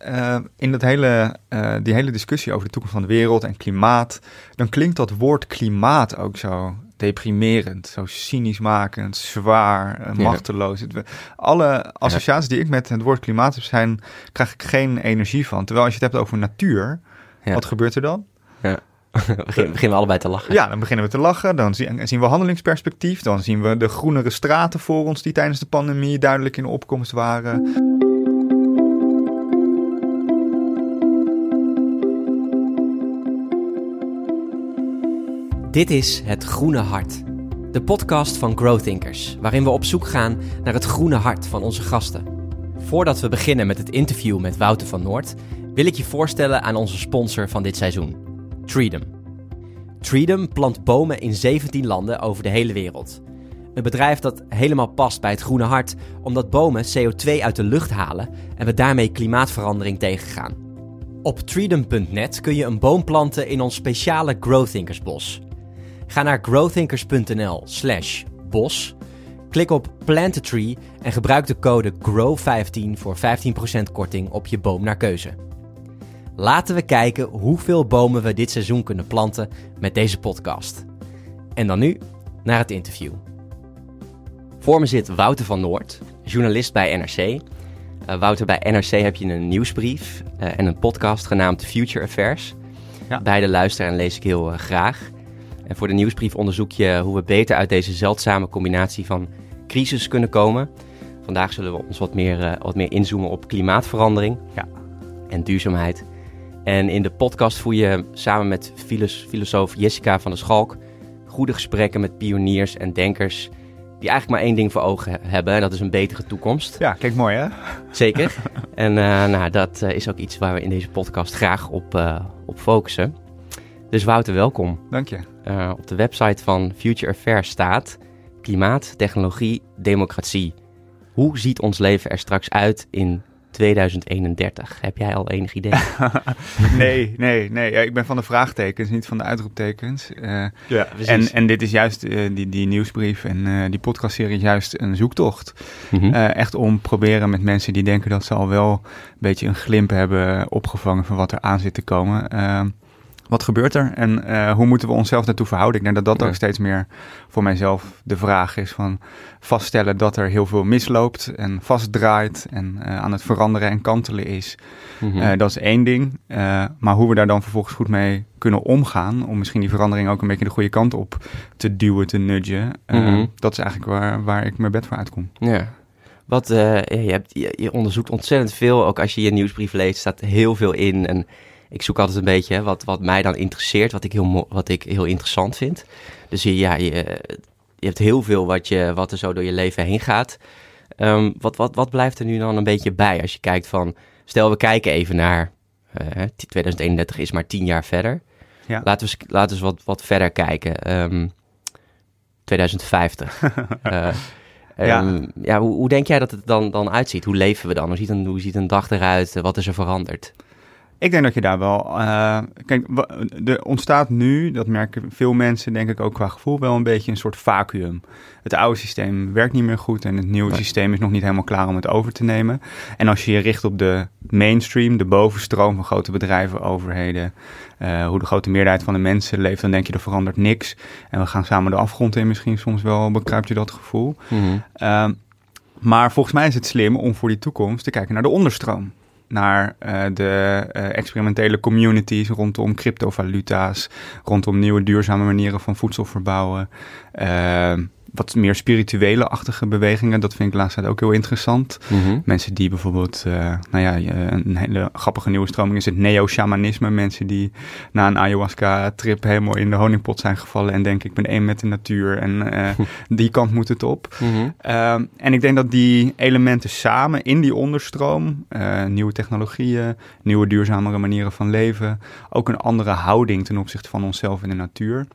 in die hele discussie over de toekomst van de wereld en klimaat, dan klinkt dat woord klimaat ook zo deprimerend, zo cynisch makend, zwaar, machteloos. Alle associaties die ik met het woord klimaat heb, krijg ik geen energie van. Terwijl als je het hebt over natuur, wat gebeurt er dan? Ja. Beginnen we allebei te lachen. Ja, dan beginnen we te lachen. Dan zien we handelingsperspectief. Dan zien we de groenere straten voor ons die tijdens de pandemie duidelijk in opkomst waren. Dit is Het Groene Hart. De podcast van Growthinkers, waarin we op zoek gaan naar het groene hart van onze gasten. Voordat we beginnen met het interview met Wouter van Noort, wil ik je voorstellen aan onze sponsor van dit seizoen, Treedom. Treedom plant bomen in 17 landen over de hele wereld. Een bedrijf dat helemaal past bij het groene hart, omdat bomen CO2 uit de lucht halen en we daarmee klimaatverandering tegengaan. Op treedom.net kun je een boom planten in ons speciale Growthinkersbos. Ga naar growthinkers.nl/bos, klik op Plant a Tree en gebruik de code GROW15 voor 15% korting op je boom naar keuze. Laten we kijken hoeveel bomen we dit seizoen kunnen planten met deze podcast. En dan nu naar het interview. Voor me zit Wouter van Noort, journalist bij NRC. Wouter, bij NRC heb je een nieuwsbrief en een podcast genaamd Future Affairs. Ja. Beide luister en lees ik heel graag. En voor de nieuwsbrief onderzoek je hoe we beter uit deze zeldzame combinatie van crisis kunnen komen. Vandaag zullen we ons wat meer inzoomen op klimaatverandering en duurzaamheid. En in de podcast voer je samen met filosoof Jessica van der Schalk goede gesprekken met pioniers en denkers die eigenlijk maar één ding voor ogen hebben, en dat is een betere toekomst. Ja, klinkt mooi hè? Zeker. En dat is ook iets waar we in deze podcast graag op focussen. Dus Wouter, welkom. Dank je. Op de website van Future Affairs staat: klimaat, technologie, democratie. Hoe ziet ons leven er straks uit in 2031? Heb jij al enig idee? Nee. Ja, ik ben van de vraagtekens, niet van de uitroeptekens. En dit is juist die nieuwsbrief en die podcastserie is juist een zoektocht. Mm-hmm. Echt om proberen met mensen die denken dat ze al wel een beetje een glimp hebben opgevangen van wat er aan zit te komen. Wat gebeurt er en hoe moeten we onszelf daartoe verhouden? Ik denk dat ook steeds meer voor mijzelf de vraag is van vaststellen dat er heel veel misloopt en vastdraait en aan het veranderen en kantelen is. Mm-hmm. Dat is één ding, maar hoe we daar dan vervolgens goed mee kunnen omgaan om misschien die verandering ook een beetje de goede kant op te duwen, te nudgen. Dat is eigenlijk waar ik mijn bed voor uitkom. Ja. Je onderzoekt ontzettend veel, ook als je je nieuwsbrief leest, staat heel veel in en ik zoek altijd een beetje wat mij dan interesseert, wat ik heel interessant vind. Dus je hebt heel veel wat er zo door je leven heen gaat. Wat blijft er nu dan een beetje bij als je kijkt van, stel we kijken even naar 2031 is maar 10 jaar verder. Ja. Laten we wat verder kijken. 2050. Hoe denk jij dat het dan uitziet? Hoe leven we dan? Hoe ziet een dag eruit? Wat is er veranderd? Ik denk dat je daar wel... kijk, er ontstaat nu, dat merken veel mensen denk ik ook qua gevoel, wel een beetje een soort vacuüm. Het oude systeem werkt niet meer goed en het nieuwe systeem is nog niet helemaal klaar om het over te nemen. En als je je richt op de mainstream, de bovenstroom van grote bedrijven, overheden, hoe de grote meerderheid van de mensen leeft, dan denk je er verandert niks. En we gaan samen de afgrond in, misschien soms wel bekruipt je dat gevoel. Mm-hmm. Maar volgens mij is het slim om voor die toekomst te kijken naar de onderstroom. Naar de experimentele communities rondom cryptovaluta's, rondom nieuwe duurzame manieren van voedsel verbouwen. Wat meer spirituele-achtige bewegingen, dat vind ik laatst tijd ook heel interessant. Mm-hmm. Mensen die bijvoorbeeld, een hele grappige nieuwe stroming is het neo-shamanisme. Mensen die na een ayahuasca-trip helemaal in de honingpot zijn gevallen en denken ik ben één met de natuur en die kant moet het op. Mm-hmm. En ik denk dat die elementen samen in die onderstroom, nieuwe technologieën, nieuwe duurzamere manieren van leven, ook een andere houding ten opzichte van onszelf en de natuur.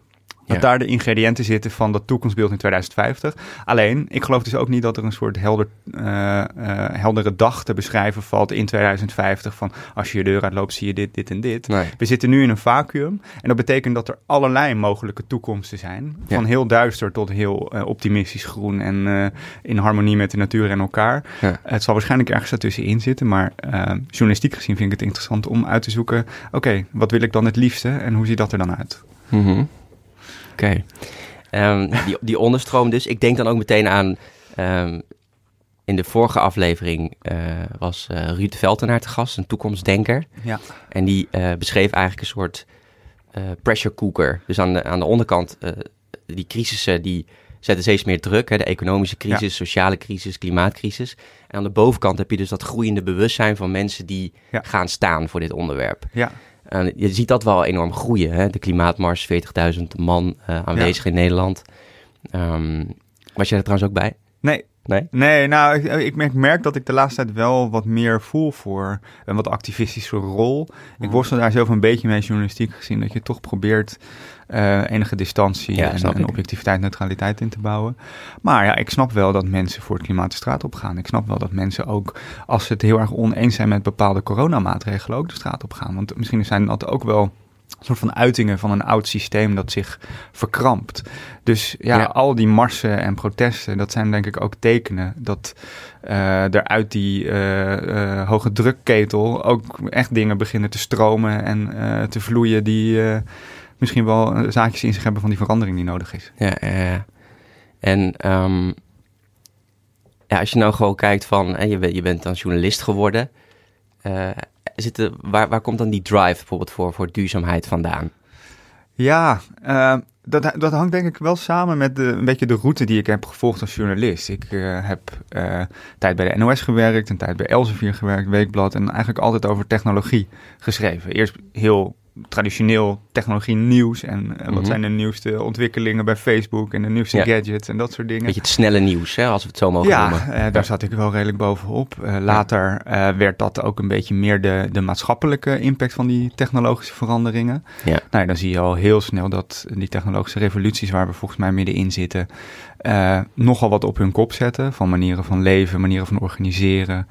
Dat daar de ingrediënten zitten van dat toekomstbeeld in 2050. Alleen, ik geloof dus ook niet dat er een soort heldere dag te beschrijven valt in 2050. Van als je je deur uitloopt, zie je dit en dit. Nee. We zitten nu in een vacuüm. En dat betekent dat er allerlei mogelijke toekomsten zijn. Van heel duister tot heel optimistisch groen en in harmonie met de natuur en elkaar. Ja. Het zal waarschijnlijk ergens daartussenin zitten. Maar journalistiek gezien vind ik het interessant om uit te zoeken. Oké, wat wil ik dan het liefste en hoe ziet dat er dan uit? Mm-hmm. Oké. Die onderstroom dus. Ik denk dan ook meteen aan... in de vorige aflevering was Ruud Veltenaar te gast, een toekomstdenker. Ja. En die beschreef eigenlijk een soort pressure cooker. Dus aan de onderkant, die crisissen, die zetten steeds meer druk. Hè, de economische crisis, sociale crisis, klimaatcrisis. En aan de bovenkant heb je dus dat groeiende bewustzijn van mensen die gaan staan voor dit onderwerp. Ja. Je ziet dat wel enorm groeien. Hè? De klimaatmars, 40.000 man aanwezig in Nederland. Was jij er trouwens ook bij? Nee, nou, ik merk dat ik de laatste tijd wel wat meer voel voor een wat activistische rol. Ik worstel daar zelf een beetje mee journalistiek gezien, dat je toch probeert enige distantie en objectiviteit, neutraliteit in te bouwen. Maar ja, ik snap wel dat mensen voor het klimaat de straat op gaan. Ik snap wel dat mensen ook, als ze het heel erg oneens zijn met bepaalde coronamaatregelen, ook de straat op gaan. Want misschien zijn dat ook wel een soort van uitingen van een oud systeem dat zich verkrampt. Dus al die marsen en protesten, dat zijn denk ik ook tekenen dat er uit die hoge drukketel ook echt dingen beginnen te stromen en te vloeien die misschien wel zaadjes in zich hebben van die verandering die nodig is. Ja. En als je nou gewoon kijkt van, je bent dan journalist geworden, waar komt dan die drive bijvoorbeeld voor duurzaamheid vandaan? Ja, dat hangt denk ik wel samen met een beetje de route die ik heb gevolgd als journalist. Ik heb tijd bij de NOS gewerkt, een tijd bij Elsevier gewerkt, Weekblad, en eigenlijk altijd over technologie geschreven. Eerst heel traditioneel technologie nieuws en wat zijn de nieuwste ontwikkelingen bij Facebook en de nieuwste gadgets en dat soort dingen. Beetje het snelle nieuws, hè, als we het zo mogen noemen. Daar zat ik wel redelijk bovenop. Later werd dat ook een beetje meer de maatschappelijke impact van die technologische veranderingen. Ja. Nou, dan zie je al heel snel dat die technologische revoluties waar we volgens mij middenin zitten nogal wat op hun kop zetten. Van manieren van leven, manieren van organiseren.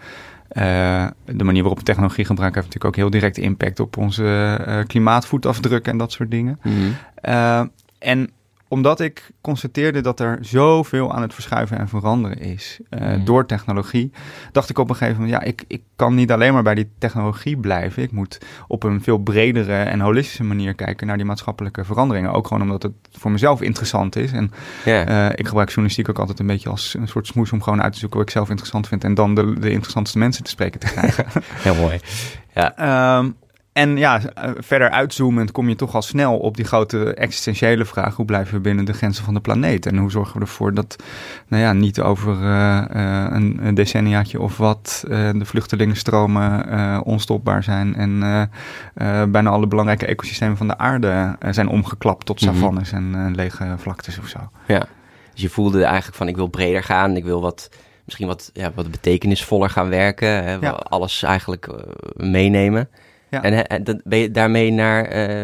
De manier waarop we technologie gebruiken heeft natuurlijk ook heel direct impact op onze klimaatvoetafdruk en dat soort dingen. Mm-hmm. En omdat ik constateerde dat er zoveel aan het verschuiven en veranderen is door technologie, dacht ik op een gegeven moment, ik kan niet alleen maar bij die technologie blijven. Ik moet op een veel bredere en holistische manier kijken naar die maatschappelijke veranderingen. Ook gewoon omdat het voor mezelf interessant is. En ik gebruik journalistiek ook altijd een beetje als een soort smoes om gewoon uit te zoeken wat ik zelf interessant vind en dan de interessantste mensen te spreken te krijgen. Heel mooi. Ja. En verder uitzoomend kom je toch al snel op die grote existentiële vraag: hoe blijven we binnen de grenzen van de planeet? En hoe zorgen we ervoor dat niet over een decenniaatje of wat de vluchtelingenstromen onstopbaar zijn en bijna alle belangrijke ecosystemen van de aarde zijn omgeklapt tot savannes en lege vlaktes of zo. Ja, dus je voelde eigenlijk van ik wil breder gaan, ik wil misschien wat betekenisvoller gaan werken, hè, alles eigenlijk meenemen. Ja. En ben je daarmee naar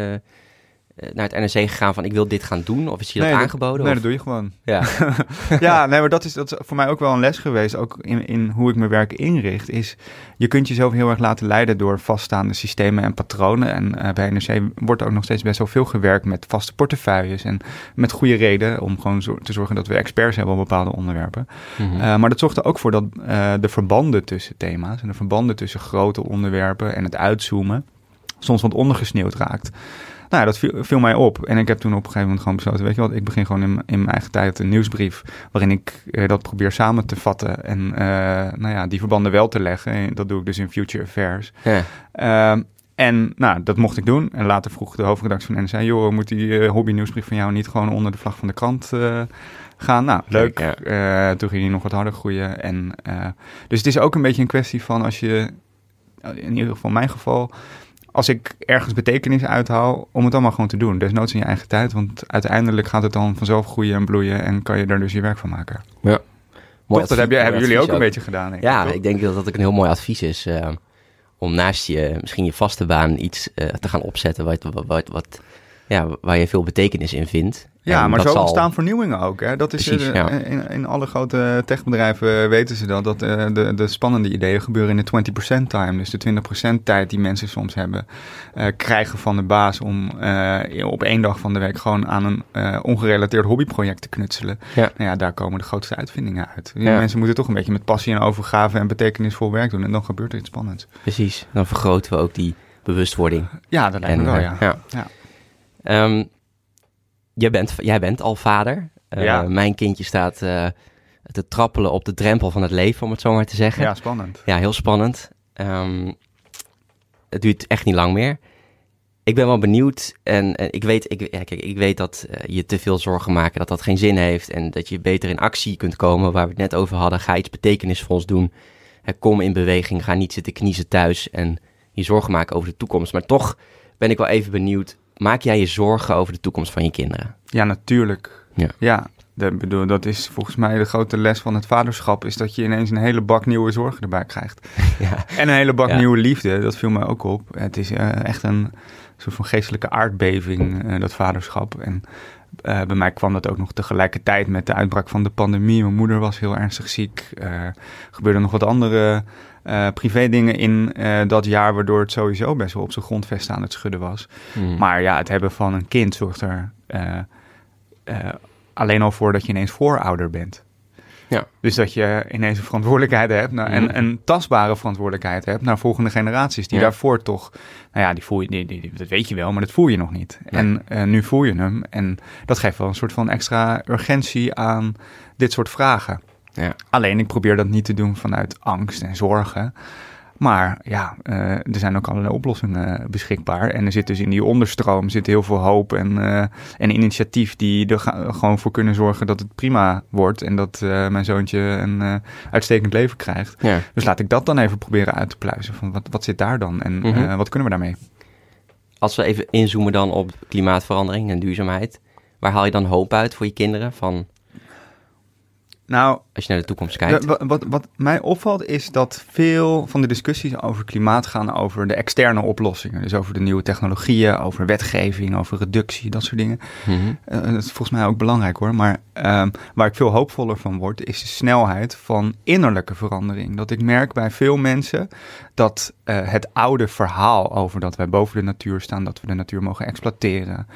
het NRC gegaan van ik wil dit gaan doen? Of is je dat aangeboden? Nee, dat doe je gewoon. Ja, maar dat is voor mij ook wel een les geweest. Ook in hoe ik mijn werk inricht. Is je kunt jezelf heel erg laten leiden door vaststaande systemen en patronen. En bij NRC wordt ook nog steeds best wel veel gewerkt met vaste portefeuilles. En met goede reden om gewoon te zorgen dat we experts hebben op bepaalde onderwerpen. Mm-hmm. Maar dat zorgt er ook voor dat de verbanden tussen thema's en de verbanden tussen grote onderwerpen en het uitzoomen soms wat ondergesneeuwd raakt. Nou, dat viel mij op. En ik heb toen op een gegeven moment gewoon besloten, weet je wat, ik begin gewoon in mijn eigen tijd een nieuwsbrief waarin ik dat probeer samen te vatten en die verbanden wel te leggen. En dat doe ik dus in Future Affairs. Ja. En dat mocht ik doen. En later vroeg de hoofdredactie van NRC, joh, moet die hobby-nieuwsbrief van jou niet gewoon onder de vlag van de krant gaan? Nou, leuk. Ja. Toen ging hij nog wat harder groeien. En, dus het is ook een beetje een kwestie van als je, in ieder geval in mijn geval, als ik ergens betekenis uithaal, om het allemaal gewoon te doen. Desnoods in je eigen tijd, want uiteindelijk gaat het dan vanzelf groeien en bloeien en kan je daar dus je werk van maken. Ja. Toch, dat hebben jullie ook een beetje gedaan, denk ik. Ja, ik denk dat dat ook een heel mooi advies is om naast misschien je vaste baan iets te gaan opzetten wat waar je veel betekenis in vindt. Ja, En maar dat zo ontstaan vernieuwingen ook. Hè? Dat is Precies, ja. in alle grote techbedrijven weten ze dat de spannende ideeën gebeuren in de 20% time. Dus de 20% tijd die mensen soms hebben, krijgen van de baas om op 1 dag van de week gewoon aan een ongerelateerd hobbyproject te knutselen. Ja. Nou ja, daar komen de grootste uitvindingen uit. Ja. Mensen moeten toch een beetje met passie en overgave en betekenisvol werk doen. En dan gebeurt er iets spannends. Precies, dan vergroten we ook die bewustwording. Ja, dat lijkt me wel, ja. Ja. Jij bent al vader. Ja. Mijn kindje staat te trappelen op de drempel van het leven, om het zo maar te zeggen. Ja, spannend. Ja, heel spannend. Het duurt echt niet lang meer. Ik ben wel benieuwd en ik weet dat je te veel zorgen maken, dat geen zin heeft en dat je beter in actie kunt komen, waar we het net over hadden. Ga iets betekenisvols doen. Kom in beweging, ga niet zitten kniezen thuis en je zorgen maken over de toekomst. Maar toch ben ik wel even benieuwd, maak jij je zorgen over de toekomst van je kinderen? Ja, natuurlijk. Ja. Dat is volgens mij de grote les van het vaderschap, is dat je ineens een hele bak nieuwe zorgen erbij krijgt. Ja. En een hele bak nieuwe liefde, dat viel mij ook op. Het is echt een soort van geestelijke aardbeving, dat vaderschap. En bij mij kwam dat ook nog tegelijkertijd met de uitbraak van de pandemie. Mijn moeder was heel ernstig ziek. Gebeurden nog wat andere privé dingen in dat jaar, waardoor het sowieso best wel op zijn grondvesten aan het schudden was. Maar ja, het hebben van een kind zorgt er alleen al voor dat je ineens voorouder bent. Ja. Dus dat je ineens een verantwoordelijkheid hebt en een tastbare verantwoordelijkheid hebt naar volgende generaties. Die daarvoor toch, die voel je, dat weet je wel, maar dat voel je nog niet. Ja. En nu voel je hem. En dat geeft wel een soort van extra urgentie aan dit soort vragen. Ja. Alleen ik probeer dat niet te doen vanuit angst en zorgen. Maar ja, er zijn ook allerlei oplossingen beschikbaar. En er zit dus in die onderstroom heel veel hoop en initiatief die er gewoon voor kunnen zorgen dat het prima wordt. En dat mijn zoontje een uitstekend leven krijgt. Ja. Dus laat ik dat dan even proberen uit te pluizen. Van wat zit daar dan en wat kunnen we daarmee? Als we even inzoomen dan op klimaatverandering en duurzaamheid. Waar haal je dan hoop uit voor je kinderen van... Nou, als je naar de toekomst kijkt. Wat mij opvalt is dat veel van de discussies over klimaat gaan over de externe oplossingen. Dus over de nieuwe technologieën, over wetgeving, over reductie, dat soort dingen. Dat is volgens mij ook belangrijk hoor. Maar waar ik veel hoopvoller van word, is de snelheid van innerlijke verandering. Dat ik merk bij veel mensen dat het oude verhaal over dat wij boven de natuur staan, dat we de natuur mogen exploiteren,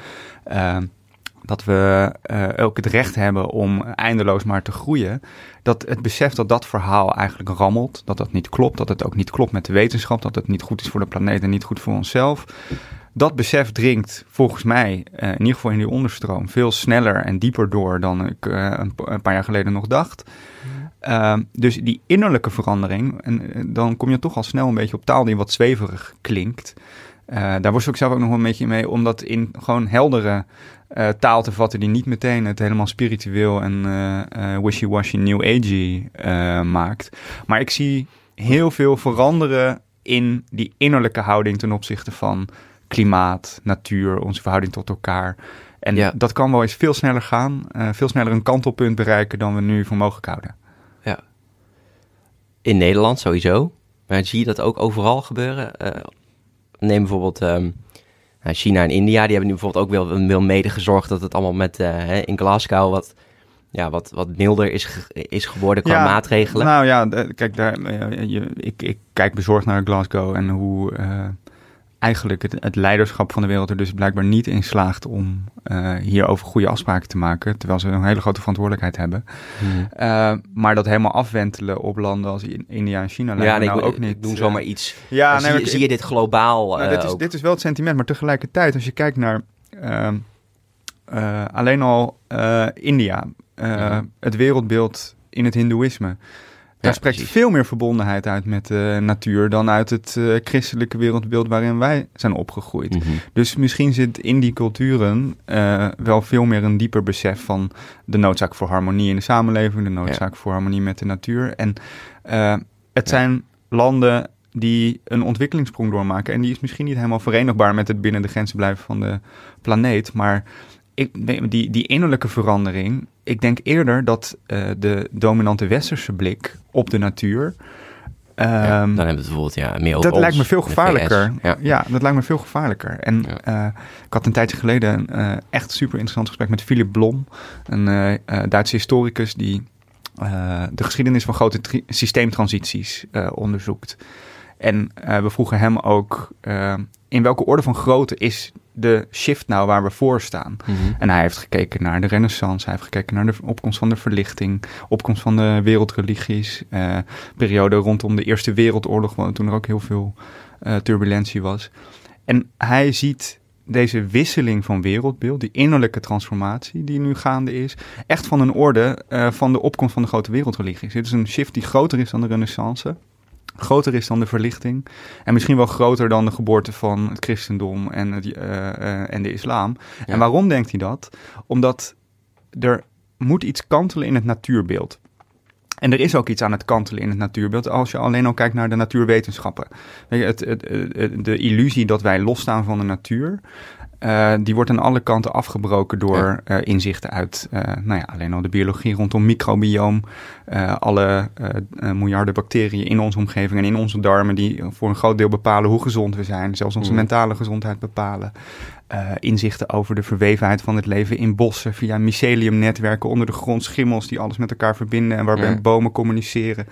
dat we ook het recht hebben om eindeloos maar te groeien, dat het besef dat verhaal eigenlijk rammelt, dat dat niet klopt, dat het ook niet klopt met de wetenschap, dat het niet goed is voor de planeet en niet goed voor onszelf. Dat besef dringt volgens mij, in ieder geval in die onderstroom, veel sneller en dieper door dan ik een paar jaar geleden nog dacht. Dus die innerlijke verandering, en dan kom je toch al snel een beetje op taal die wat zweverig klinkt. Daar worstel ik zelf ook nog wel een beetje mee, om dat in gewoon heldere taal te vatten die niet meteen het helemaal spiritueel en wishy-washy new agey maakt. Maar ik zie heel veel veranderen in die innerlijke houding ten opzichte van klimaat, natuur, onze verhouding tot elkaar. En dat kan wel eens veel sneller gaan, veel sneller een kantelpunt bereiken dan we nu voor mogelijk houden. Ja. In Nederland sowieso, maar zie je dat ook overal gebeuren? Neem bijvoorbeeld China en India, die hebben nu bijvoorbeeld ook wel mede gezorgd dat het allemaal met in Glasgow wat milder is geworden qua maatregelen. Nou ja, kijk, ik kijk bezorgd naar Glasgow en hoe eigenlijk het leiderschap van de wereld er dus blijkbaar niet in slaagt om hierover goede afspraken te maken, terwijl ze een hele grote verantwoordelijkheid hebben. Maar dat helemaal afwentelen op landen als India en China lijkt me ook niet. Doen zomaar iets. Ja, zie je dit globaal? Dit is wel het sentiment, maar tegelijkertijd, als je kijkt naar alleen al India, het wereldbeeld in het hindoeïsme. Daar spreekt veel meer verbondenheid uit met de natuur dan uit het christelijke wereldbeeld waarin wij zijn opgegroeid. Dus misschien zit in die culturen wel veel meer een dieper besef van de noodzaak voor harmonie in de samenleving, de noodzaak voor harmonie met de natuur. En het zijn landen die een ontwikkelingssprong doormaken en die is misschien niet helemaal verenigbaar met het binnen de grenzen blijven van de planeet, maar die innerlijke verandering, ik denk eerder dat de dominante westerse blik op de natuur Dan hebben we het bijvoorbeeld meer over dat lijkt me veel gevaarlijker. Ja, dat lijkt me veel gevaarlijker. En ik had een tijdje geleden een echt super interessant gesprek met Philip Blom, een Duitse historicus die de geschiedenis van grote systeemtransities onderzoekt. En we vroegen hem ook, in welke orde van grootte is de shift nou waar we voor staan? Mm-hmm. En hij heeft gekeken naar de Renaissance, hij heeft gekeken naar de opkomst van de verlichting, opkomst van de wereldreligies, periode rondom de Eerste Wereldoorlog, toen er ook heel veel turbulentie was. En hij ziet deze wisseling van wereldbeeld, die innerlijke transformatie die nu gaande is, echt van een orde van de opkomst van de grote wereldreligies. Dit is een shift die groter is dan de Renaissance, groter is dan de verlichting en misschien wel groter dan de geboorte van het christendom en de islam. Ja. En waarom denkt hij dat? Omdat er moet iets kantelen in het natuurbeeld. En er is ook iets aan het kantelen in het natuurbeeld als je alleen al kijkt naar de natuurwetenschappen. De illusie dat wij losstaan van de natuur, die wordt aan alle kanten afgebroken door inzichten uit alleen al de biologie rondom microbioom, alle miljarden bacteriën in onze omgeving en in onze darmen die voor een groot deel bepalen hoe gezond we zijn, zelfs onze mentale gezondheid bepalen. Inzichten over de verwevenheid van het leven in bossen via myceliumnetwerken onder de grond, schimmels die alles met elkaar verbinden en waarbij bomen communiceren.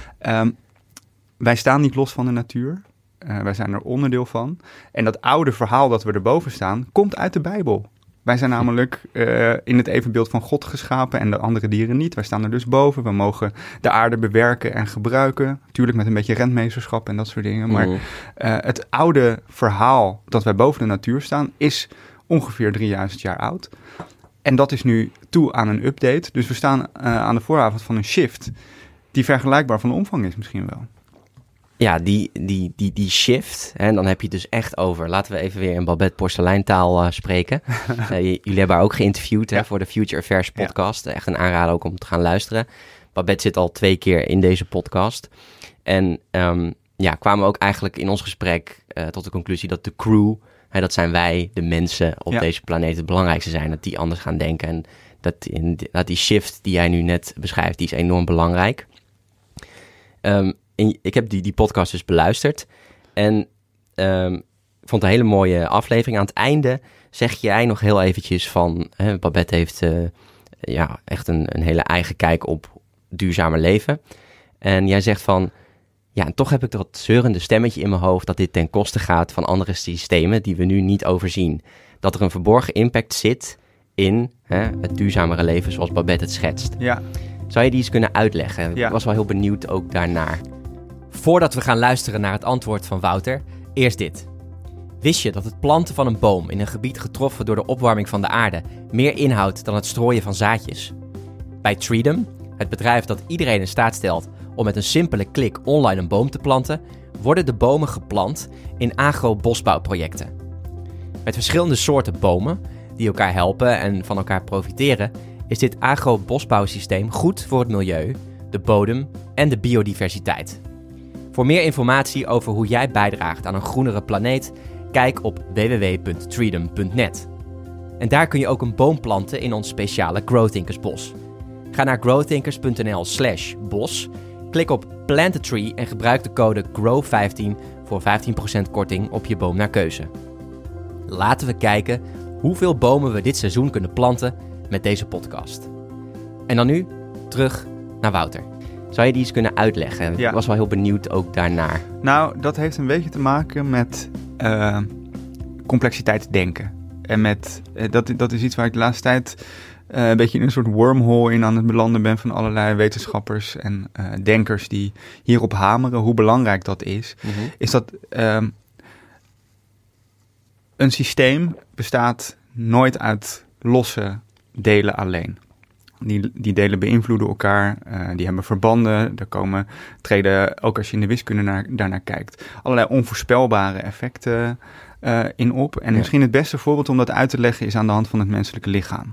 Wij staan niet los van de natuur. Wij zijn er onderdeel van. En dat oude verhaal dat we erboven staan, komt uit de Bijbel. Wij zijn namelijk in het evenbeeld van God geschapen en de andere dieren niet. Wij staan er dus boven. We mogen de aarde bewerken en gebruiken. Natuurlijk met een beetje rentmeesterschap en dat soort dingen. Maar het oude verhaal dat wij boven de natuur staan is ongeveer 3000 jaar oud. En dat is nu toe aan een update. Dus we staan aan de vooravond van een shift die vergelijkbaar van omvang is misschien wel. Ja, die shift, en dan heb je het dus echt over, laten we even weer in Babette porseleintaal spreken. Jullie hebben haar ook geïnterviewd voor de Future Affairs podcast. Echt een aanrader ook om te gaan luisteren. Babette zit al 2 keer in deze podcast. En kwamen we ook eigenlijk in ons gesprek tot de conclusie dat de crew, dat zijn wij, de mensen op deze planeet, het belangrijkste zijn. Dat die anders gaan denken. En dat die shift die jij nu net beschrijft, die is enorm belangrijk. Ik heb die podcast dus beluisterd en ik vond het een hele mooie aflevering. Aan het einde zeg jij nog heel eventjes van, Babette heeft echt een hele eigen kijk op duurzamer leven. En jij zegt van, en toch heb ik dat zeurende stemmetje in mijn hoofd dat dit ten koste gaat van andere systemen die we nu niet overzien. Dat er een verborgen impact zit in het duurzamere leven zoals Babette het schetst. Ja. Zou je die eens kunnen uitleggen? Ik was wel heel benieuwd ook daarnaar. Voordat we gaan luisteren naar het antwoord van Wouter, eerst dit. Wist je dat het planten van een boom in een gebied getroffen door de opwarming van de aarde meer inhoudt dan het strooien van zaadjes? Bij Treedom, het bedrijf dat iedereen in staat stelt om met een simpele klik online een boom te planten, worden de bomen geplant in agro-bosbouwprojecten. Met verschillende soorten bomen die elkaar helpen en van elkaar profiteren, is dit agro-bosbouwsysteem goed voor het milieu, de bodem en de biodiversiteit. Voor meer informatie over hoe jij bijdraagt aan een groenere planeet, kijk op www.treedom.net. En daar kun je ook een boom planten in ons speciale Growthinkers-bos. Ga naar growthinkers.nl/bos, klik op Plant a Tree en gebruik de code GROW15 voor 15% korting op je boom naar keuze. Laten we kijken hoeveel bomen we dit seizoen kunnen planten met deze podcast. En dan nu terug naar Wouter. Zou je die eens kunnen uitleggen? Ik was wel heel benieuwd ook daarnaar. Nou, dat heeft een beetje te maken met complexiteit denken. En met dat is iets waar ik de laatste tijd een beetje in een soort wormhole in aan het belanden ben van allerlei wetenschappers en denkers die hierop hameren hoe belangrijk dat is. Mm-hmm. Is dat een systeem bestaat nooit uit losse delen alleen. Die delen beïnvloeden elkaar, die hebben verbanden, treden, ook als je in de wiskunde daarnaar kijkt, allerlei onvoorspelbare effecten in op. En misschien het beste voorbeeld om dat uit te leggen is aan de hand van het menselijke lichaam.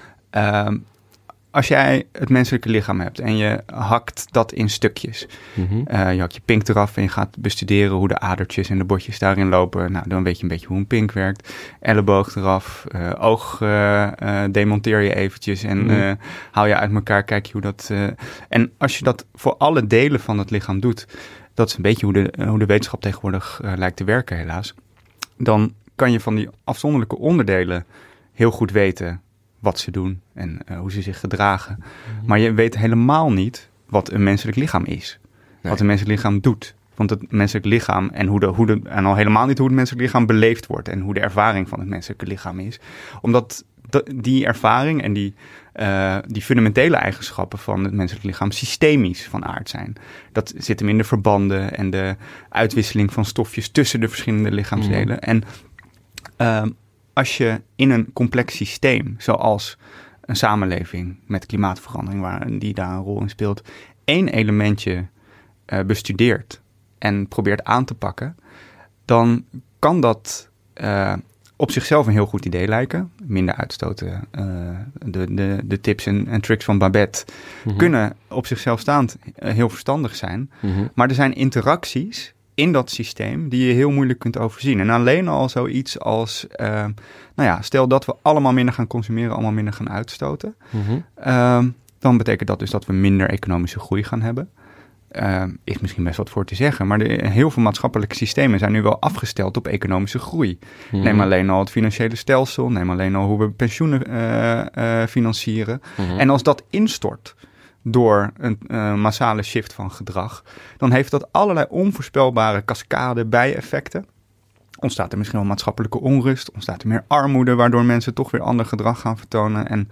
Als jij het menselijke lichaam hebt en je hakt dat in stukjes. Mm-hmm. Je hakt je pink eraf en je gaat bestuderen hoe de adertjes en de botjes daarin lopen. Nou, dan weet je een beetje hoe een pink werkt. Elleboog eraf, oog demonteer je eventjes en haal je uit elkaar, kijk je hoe dat... En als je dat voor alle delen van het lichaam doet, dat is een beetje hoe de wetenschap tegenwoordig lijkt te werken helaas, dan kan je van die afzonderlijke onderdelen heel goed weten wat ze doen en hoe ze zich gedragen. Mm-hmm. Maar je weet helemaal niet wat een menselijk lichaam is. Nee. Wat een menselijk lichaam doet. Want het menselijk lichaam en al helemaal niet hoe het menselijk lichaam beleefd wordt en hoe de ervaring van het menselijke lichaam is. Omdat die ervaring en die fundamentele eigenschappen van het menselijk lichaam systemisch van aard zijn. Dat zit hem in de verbanden en de uitwisseling van stofjes tussen de verschillende lichaamsdelen. Mm. En als je in een complex systeem, zoals een samenleving met klimaatverandering, die daar een rol in speelt, één elementje bestudeert en probeert aan te pakken, dan kan dat op zichzelf een heel goed idee lijken. Minder uitstoten. De tips en tricks van Babette kunnen op zichzelf staand heel verstandig zijn. Mm-hmm. Maar er zijn interacties in dat systeem die je heel moeilijk kunt overzien. En alleen al zoiets als, stel dat we allemaal minder gaan consumeren, allemaal minder gaan uitstoten. Mm-hmm. Dan betekent dat dus dat we minder economische groei gaan hebben. Is misschien best wat voor te zeggen, maar heel veel maatschappelijke systemen zijn nu wel afgesteld op economische groei. Mm-hmm. Neem alleen al het financiële stelsel, neem alleen al hoe we pensioenen financieren. Mm-hmm. En als dat instort door een massale shift van gedrag, dan heeft dat allerlei onvoorspelbare cascade bijeffecten. Ontstaat er misschien wel maatschappelijke onrust, ontstaat er meer armoede, waardoor mensen toch weer ander gedrag gaan vertonen. En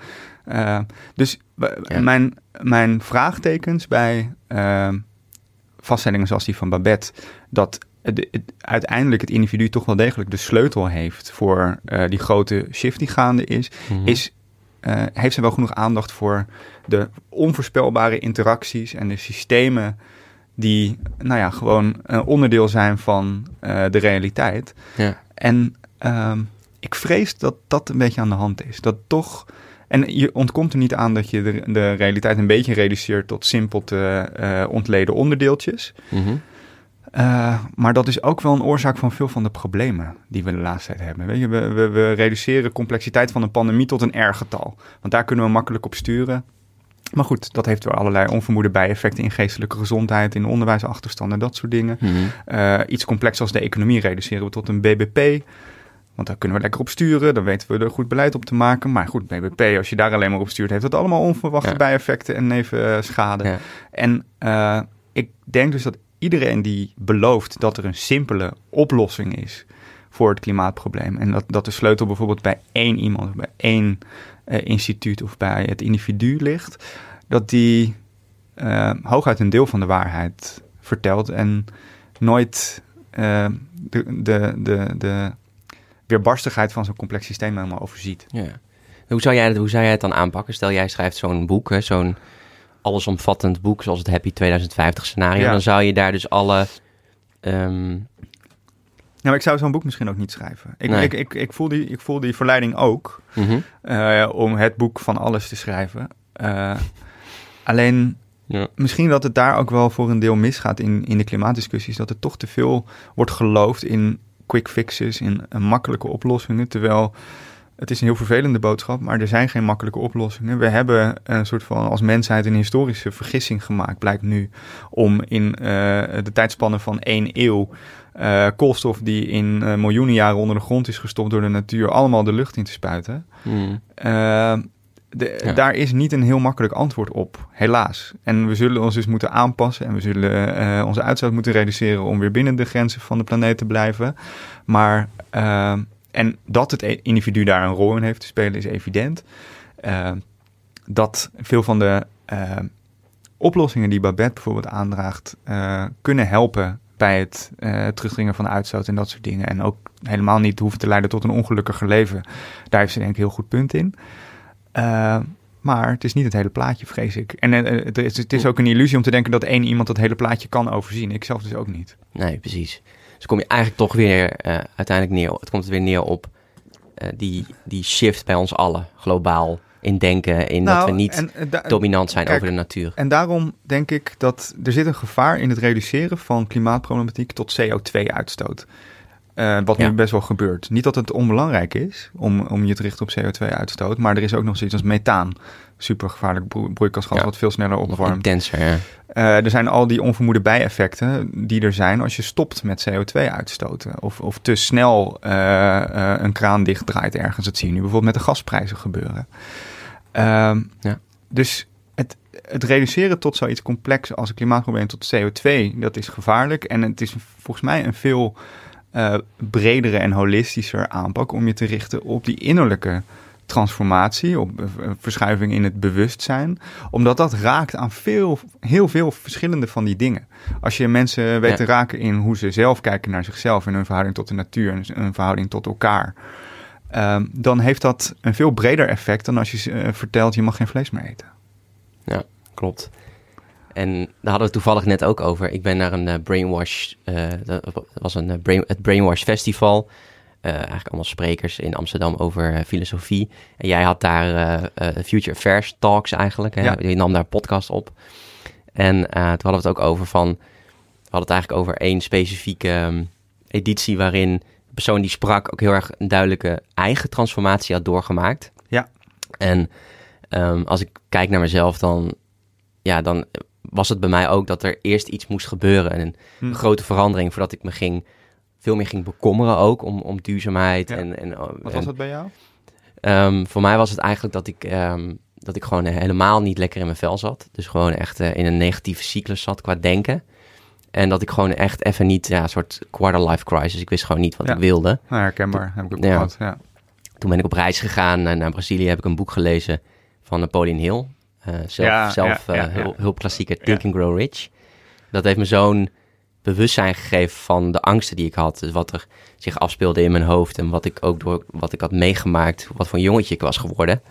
mijn vraagtekens bij vaststellingen zoals die van Babette, dat uiteindelijk het individu toch wel degelijk de sleutel heeft voor die grote shift die gaande is, heeft ze wel genoeg aandacht voor de onvoorspelbare interacties en de systemen die gewoon onderdeel zijn van de realiteit. Ja. En ik vrees dat dat een beetje aan de hand is. Dat toch, en je ontkomt er niet aan dat je de realiteit een beetje reduceert tot simpel te ontleden onderdeeltjes. Mm-hmm. Maar dat is ook wel een oorzaak van veel van de problemen die we de laatste tijd hebben. Weet je, we reduceren complexiteit van een pandemie tot een R-getal. Want daar kunnen we makkelijk op sturen. Maar goed, dat heeft weer allerlei onvermoede bijeffecten in geestelijke gezondheid, in onderwijsachterstanden, dat soort dingen. Mm-hmm. Iets complex als de economie reduceren we tot een BBP. Want daar kunnen we lekker op sturen, dan weten we er goed beleid op te maken. Maar goed, BBP, als je daar alleen maar op stuurt, heeft dat allemaal onverwachte bijeffecten en nevenschade. Ja. En ik denk dus dat iedereen die belooft dat er een simpele oplossing is voor het klimaatprobleem, en dat de sleutel bijvoorbeeld bij één iemand, bij één instituut of bij het individu ligt, dat die hooguit een deel van de waarheid vertelt en nooit de weerbarstigheid van zo'n complex systeem helemaal overziet. Ja. Hoe zou jij het dan aanpakken? Stel, jij schrijft zo'n boek, zo'n allesomvattend boek zoals het Happy 2050 scenario. Ja. Dan zou je daar dus alle Nou, ik zou zo'n boek misschien ook niet schrijven. Ik voel die verleiding ook, mm-hmm, om het boek van alles te schrijven. Alleen, misschien dat het daar ook wel voor een deel misgaat in de klimaatdiscussies, dat er toch te veel wordt geloofd in quick fixes, in makkelijke oplossingen, terwijl het is een heel vervelende boodschap, maar er zijn geen makkelijke oplossingen. We hebben een soort van als mensheid een historische vergissing gemaakt, blijkt nu, om in de tijdspannen van 1 eeuw koolstof die in miljoenen jaren onder de grond is gestopt door de natuur, allemaal de lucht in te spuiten. Mm. Daar is niet een heel makkelijk antwoord op, helaas. En we zullen ons dus moeten aanpassen en we zullen onze uitstoot moeten reduceren om weer binnen de grenzen van de planeet te blijven. Maar en dat het individu daar een rol in heeft te spelen is evident. Dat veel van de oplossingen die Babette bijvoorbeeld aandraagt kunnen helpen bij het terugdringen van de uitstoot en dat soort dingen. En ook helemaal niet hoeven te leiden tot een ongelukkiger leven. Daar heeft ze denk ik een heel goed punt in. Maar het is niet het hele plaatje, vrees ik. En het is ook een illusie om te denken dat één iemand dat hele plaatje kan overzien. Ik zelf dus ook niet. Nee, precies. Dus kom je eigenlijk toch weer uiteindelijk neer. Het komt er weer neer op die shift bij ons allen, globaal, in denken, in dat we niet dominant zijn over de natuur. En daarom denk ik dat er zit een gevaar in het reduceren van klimaatproblematiek tot CO2-uitstoot. Wat nu best wel gebeurt. Niet dat het onbelangrijk is om je te richten op CO2-uitstoot, maar er is ook nog zoiets als methaan. Supergevaarlijk broeikasgas wat veel sneller opwarmt. Intenser, ja. Er zijn al die onvermoede bijeffecten die er zijn als je stopt met CO2 uitstoten. Of te snel een kraan dichtdraait ergens. Dat zie je nu bijvoorbeeld met de gasprijzen gebeuren. Dus het reduceren tot zoiets complex als een klimaatprobleem tot CO2, dat is gevaarlijk. En het is volgens mij een veel bredere en holistischer aanpak om je te richten op die innerlijke transformatie, op verschuiving in het bewustzijn, omdat dat raakt aan heel veel verschillende van die dingen. Als je mensen weet te raken in hoe ze zelf kijken naar zichzelf en hun verhouding tot de natuur en hun verhouding tot elkaar, dan heeft dat een veel breder effect dan als je vertelt je mag geen vlees meer eten. Ja, klopt. En daar hadden we het toevallig net ook over. Ik ben naar een Brainwash, het Brainwash Festival. Eigenlijk allemaal sprekers in Amsterdam over filosofie. En jij had daar Future Affairs Talks eigenlijk. Hè? Ja. Je nam daar een podcast op. En toen hadden we het ook over we hadden het eigenlijk over één specifieke editie waarin de persoon die sprak ook heel erg een duidelijke eigen transformatie had doorgemaakt. Ja. En als ik kijk naar mezelf, dan was het bij mij ook dat er eerst iets moest gebeuren. En een grote verandering voordat ik me veel meer ging bekommeren ook om duurzaamheid. Ja. Wat was dat bij jou? Voor mij was het eigenlijk dat ik gewoon helemaal niet lekker in mijn vel zat. Dus gewoon echt in een negatieve cyclus zat qua denken. En dat ik gewoon echt even niet, een soort quarter-life crisis. Ik wist gewoon niet wat ik wilde. Nou, herkenbaar, heb ik ook gehad. Ja. Toen ben ik op reis gegaan naar Brazilië, heb ik een boek gelezen van Napoleon Hill. Hulpklassieker Think and Grow Rich. Dat heeft me zo'n bewustzijn gegeven van de angsten die ik had. Dus wat er zich afspeelde in mijn hoofd en wat ik had meegemaakt, wat voor een jongetje ik was geworden.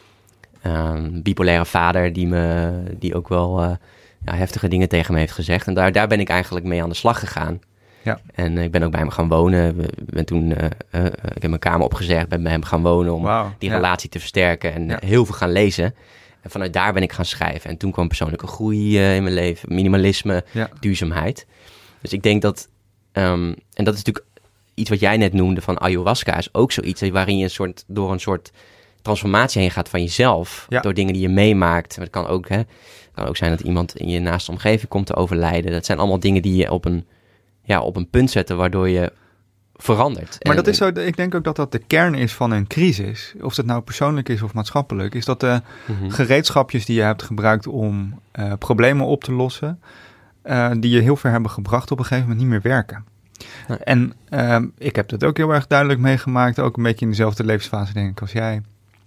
Bipolaire vader die ook wel heftige dingen tegen me heeft gezegd. En daar ben ik eigenlijk mee aan de slag gegaan. Ja. En ik ben ook bij hem gaan wonen. Ik heb mijn kamer opgezegd, ben bij hem gaan wonen om die relatie te versterken en heel veel gaan lezen. En vanuit daar ben ik gaan schrijven. En toen kwam persoonlijke groei in mijn leven, minimalisme, duurzaamheid. Dus ik denk dat, en dat is natuurlijk iets wat jij net noemde van ayahuasca, is ook zoiets waarin je door een soort transformatie heen gaat van jezelf. Ja. Door dingen die je meemaakt. Het kan ook zijn dat iemand in je naaste omgeving komt te overlijden. Dat zijn allemaal dingen die je op een punt zetten waardoor je verandert. Maar dat is zo, ik denk ook dat dat de kern is van een crisis. Of dat nou persoonlijk is of maatschappelijk. Is dat de gereedschapjes die je hebt gebruikt om problemen op te lossen, die je heel ver hebben gebracht, op een gegeven moment niet meer werken. Nee. En ik heb dat ook heel erg duidelijk meegemaakt. Ook een beetje in dezelfde levensfase denk ik als jij.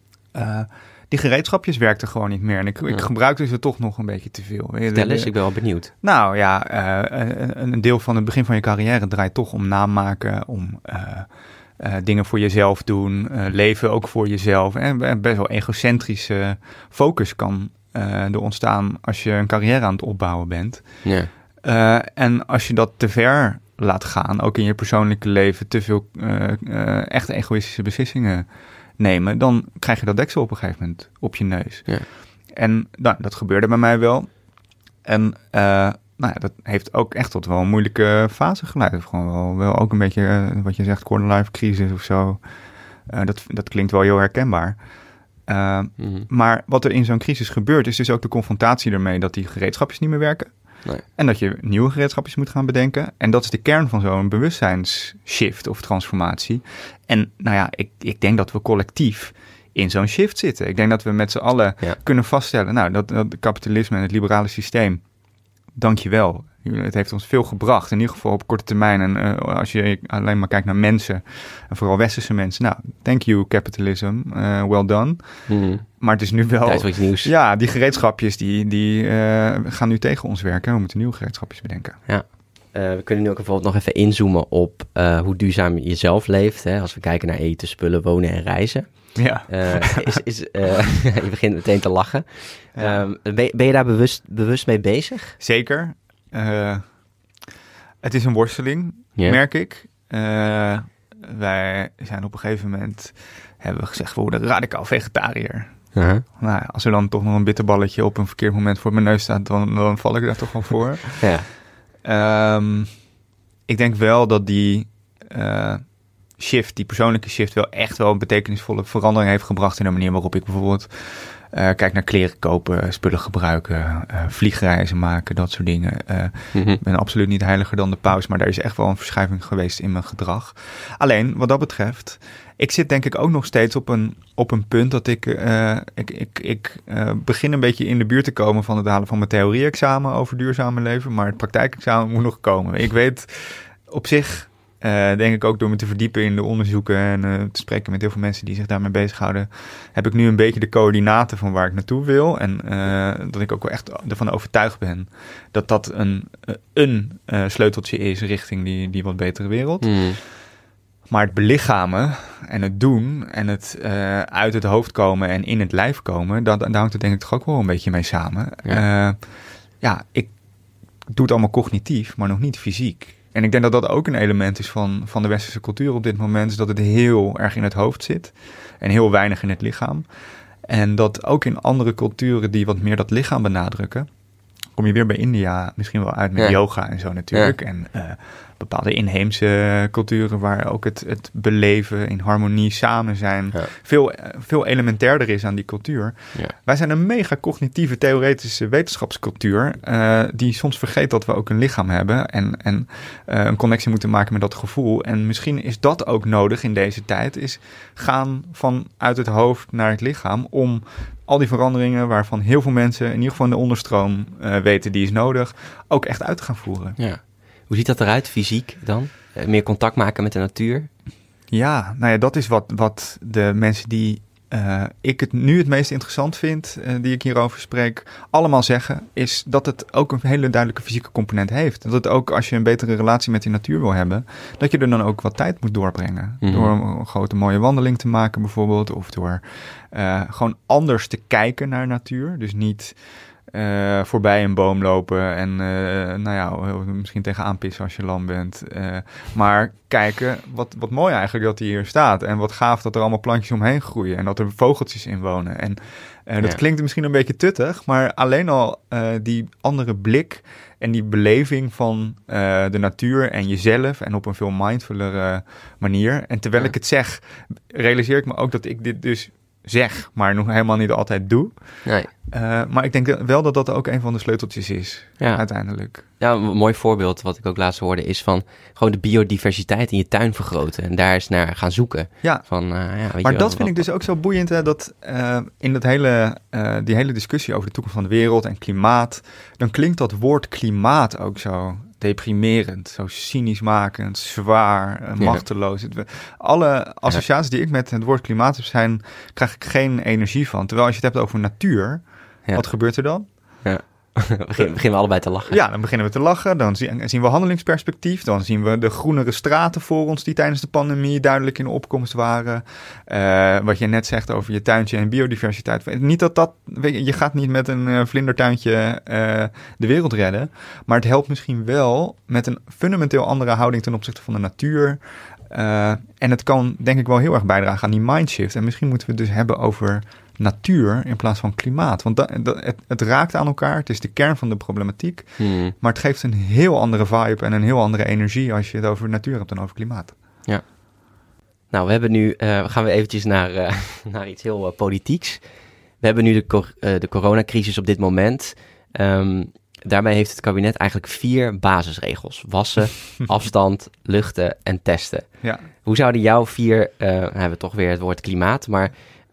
Die gereedschapjes werkten gewoon niet meer. En ik gebruikte ze toch nog een beetje te veel. Vertel eens, ik ben wel benieuwd. Nou ja, een deel van het begin van je carrière draait toch om naam maken, om dingen voor jezelf doen, leven ook voor jezelf. En best wel egocentrische focus kan er ontstaan als je een carrière aan het opbouwen bent. Ja. En als je dat te ver laat gaan, ook in je persoonlijke leven, te veel echt egoïstische beslissingen nemen, dan krijg je dat deksel op een gegeven moment op je neus. Ja. En dat gebeurde bij mij wel. En dat heeft ook echt tot wel een moeilijke fase geleid. Of gewoon wel ook een beetje, wat je zegt, quarter-life crisis of zo. Dat klinkt wel heel herkenbaar. Maar wat er in zo'n crisis gebeurt, is dus ook de confrontatie ermee dat die gereedschapjes niet meer werken. Nee. En dat je nieuwe gereedschapjes moet gaan bedenken. En dat is de kern van zo'n bewustzijnsshift of transformatie. En ik denk dat we collectief in zo'n shift zitten. Ik denk dat we met z'n allen kunnen vaststellen, dat het kapitalisme en het liberale systeem, dank je wel. Het heeft ons veel gebracht, in ieder geval op korte termijn. En als je alleen maar kijkt naar mensen, en vooral westerse mensen, thank you capitalism, well done. Maar het is nu wel, is iets nieuws. Ja, die gereedschapjes die gaan nu tegen ons werken. We moeten nieuwe gereedschapjes bedenken. Ja. We kunnen nu ook bijvoorbeeld nog even inzoomen op hoe duurzaam je zelf leeft. Hè? Als we kijken naar eten, spullen, wonen en reizen. Ja. Je begint meteen te lachen. Ja. Ben je daar bewust mee bezig? Zeker. Het is een worsteling, merk ik. Wij zijn op een gegeven moment, hebben we gezegd, we worden radicaal vegetariër. Nou, als er dan toch nog een bitterballetje op een verkeerd moment voor mijn neus staat, dan val ik daar toch wel voor. Ja. Ik denk wel dat die die persoonlijke shift wel echt wel een betekenisvolle verandering heeft gebracht in de manier waarop ik bijvoorbeeld kijk naar kleren kopen, spullen gebruiken, vliegreizen maken, dat soort dingen. Ik ben absoluut niet heiliger dan de paus, maar daar is echt wel een verschuiving geweest in mijn gedrag. Alleen, wat dat betreft, ik zit denk ik ook nog steeds op een punt dat ik begin een beetje in de buurt te komen van het halen van mijn theorie-examen over duurzame leven, maar het praktijkexamen moet nog komen. Ik weet op zich, denk ik ook door me te verdiepen in de onderzoeken en te spreken met heel veel mensen die zich daarmee bezighouden, heb ik nu een beetje de coördinaten van waar ik naartoe wil. En dat ik ook wel echt ervan overtuigd ben dat dat een sleuteltje is richting die wat betere wereld. Maar het belichamen en het doen en het uit het hoofd komen en in het lijf komen, daar hangt het denk ik toch ook wel een beetje mee samen. Ik doe het allemaal cognitief, maar nog niet fysiek. En ik denk dat dat ook een element is van de westerse cultuur op dit moment, is dat het heel erg in het hoofd zit en heel weinig in het lichaam. En dat ook in andere culturen die wat meer dat lichaam benadrukken, kom je weer bij India misschien wel uit met yoga en zo natuurlijk. Ja. En bepaalde inheemse culturen waar ook het beleven in harmonie samen zijn veel elementairder is aan die cultuur. Ja. Wij zijn een mega cognitieve, theoretische wetenschapscultuur die soms vergeet dat we ook een lichaam hebben en een connectie moeten maken met dat gevoel. En misschien is dat ook nodig in deze tijd, is gaan vanuit het hoofd naar het lichaam om al die veranderingen waarvan heel veel mensen, in ieder geval in de onderstroom, weten die is nodig, ook echt uit te gaan voeren. Ja. Hoe ziet dat eruit, fysiek dan? Meer contact maken met de natuur? Ja, nou ja, dat is wat de mensen die ik het nu het meest interessant vind, die ik hierover spreek, allemaal zeggen, is dat het ook een hele duidelijke fysieke component heeft. Dat het ook, als je een betere relatie met die natuur wil hebben, dat je er dan ook wat tijd moet doorbrengen. Door een grote mooie wandeling te maken bijvoorbeeld, of door gewoon anders te kijken naar natuur. Dus niet voorbij een boom lopen en misschien tegenaan pissen als je lam bent. Maar kijken, wat mooi eigenlijk dat hij hier staat. En wat gaaf dat er allemaal plantjes omheen groeien en dat er vogeltjes in wonen. En dat klinkt misschien een beetje tuttig, maar alleen al die andere blik en die beleving van de natuur en jezelf en op een veel mindfullere manier. En terwijl ik het zeg, realiseer ik me ook dat ik dit dus zeg, maar nog helemaal niet altijd doe. Nee. Maar ik denk wel dat dat ook een van de sleuteltjes is, uiteindelijk. Ja, een mooi voorbeeld wat ik ook laatst hoorde is van gewoon de biodiversiteit in je tuin vergroten en daar eens naar gaan zoeken. Ja, maar dat vind ik dus ook zo boeiend, hè, dat in die hele discussie over de toekomst van de wereld en klimaat, dan klinkt dat woord klimaat ook zo deprimerend, zo cynisch makend, zwaar, machteloos. Alle associaties die ik met het woord klimaat heb krijg ik geen energie van. Terwijl als je het hebt over natuur, wat gebeurt er dan? Ja. Beginnen we allebei te lachen. Ja, dan beginnen we te lachen. Dan zien we handelingsperspectief. Dan zien we de groenere straten voor ons die tijdens de pandemie duidelijk in opkomst waren. Wat je net zegt over je tuintje en biodiversiteit. Niet je gaat niet met een vlindertuintje de wereld redden. Maar het helpt misschien wel met een fundamenteel andere houding ten opzichte van de natuur. En het kan denk ik wel heel erg bijdragen aan die mindshift. En misschien moeten we het dus hebben over natuur in plaats van klimaat. Want het raakt aan elkaar. Het is de kern van de problematiek. Maar het geeft een heel andere vibe en een heel andere energie als je het over natuur hebt dan over klimaat. Ja. Nou, we hebben nu, gaan we eventjes naar iets heel politieks. We hebben nu de coronacrisis op dit moment. Daarbij heeft het kabinet eigenlijk 4 basisregels. Wassen, afstand, luchten en testen. Ja. Hoe zouden jouw 4, hebben we toch weer het woord klimaat, maar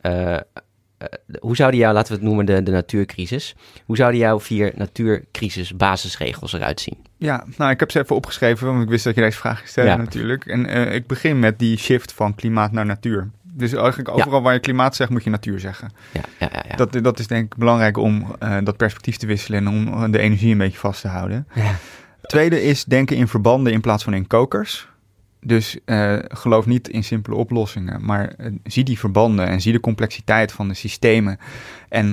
hoe zouden jouw, laten we het noemen de natuurcrisis, hoe zouden jouw 4 natuurcrisis basisregels eruit zien? Ja, nou ik heb ze even opgeschreven, want ik wist dat je deze vraag ging stellen natuurlijk. En ik begin met die shift van klimaat naar natuur. Dus eigenlijk overal waar je klimaat zegt, moet je natuur zeggen. Ja. Dat is denk ik belangrijk om dat perspectief te wisselen en om de energie een beetje vast te houden. Ja. Tweede is denken in verbanden in plaats van in kokers. Dus geloof niet in simpele oplossingen, maar zie die verbanden en zie de complexiteit van de systemen. En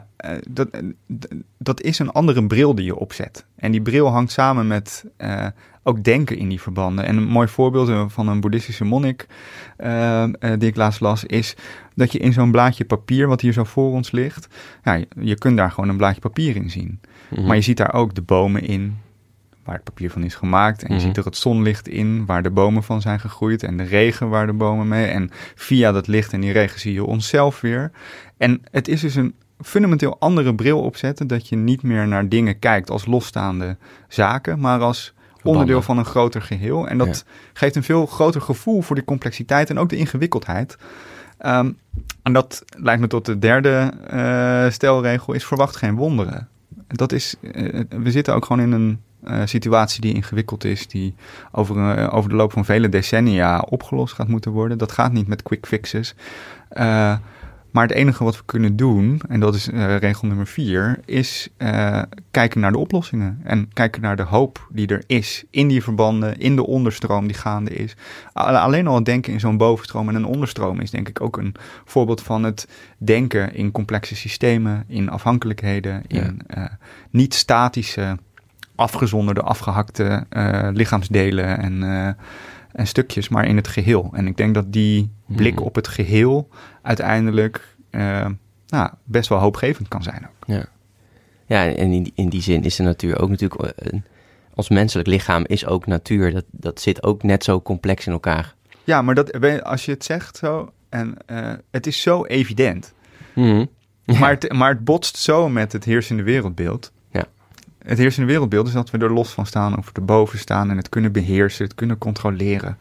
dat is een andere bril die je opzet. En die bril hangt samen met ook denken in die verbanden. En een mooi voorbeeld van een boeddhistische monnik die ik laatst las, is dat je in zo'n blaadje papier, wat hier zo voor ons ligt, je kunt daar gewoon een blaadje papier in zien. Mm-hmm. Maar je ziet daar ook de bomen in, waar het papier van is gemaakt. En je Mhm. ziet er het zonlicht in, waar de bomen van zijn gegroeid. En de regen waar de bomen mee. En via dat licht en die regen zie je onszelf weer. En het is dus een fundamenteel andere bril opzetten, dat je niet meer naar dingen kijkt als losstaande zaken, maar als onderdeel van een groter geheel. En dat geeft een veel groter gevoel voor die complexiteit en ook de ingewikkeldheid. En dat leidt me tot de derde stelregel, is verwacht geen wonderen. Dat is, we zitten ook gewoon in een situatie die ingewikkeld is, die over de loop van vele decennia opgelost gaat moeten worden. Dat gaat niet met quick fixes. Maar het enige wat we kunnen doen, en dat is regel nummer 4, is kijken naar de oplossingen. En kijken naar de hoop die er is in die verbanden, in de onderstroom die gaande is. Alleen al het denken in zo'n bovenstroom en een onderstroom is denk ik ook een voorbeeld van het denken in complexe systemen, in afhankelijkheden, in niet statische, afgezonderde, afgehakte lichaamsdelen en stukjes, maar in het geheel. En ik denk dat die blik op het geheel uiteindelijk best wel hoopgevend kan zijn ook. Ja, en in die zin is de natuur ook natuurlijk... ons menselijk lichaam is ook natuur. Dat zit ook net zo complex in elkaar. Ja, maar als je het zegt zo... en het is zo evident. Mm-hmm. Ja. Maar het botst zo met het heersende wereldbeeld. Ja. Het heersende wereldbeeld is dat we er los van staan, of erboven staan en het kunnen beheersen, het kunnen controleren.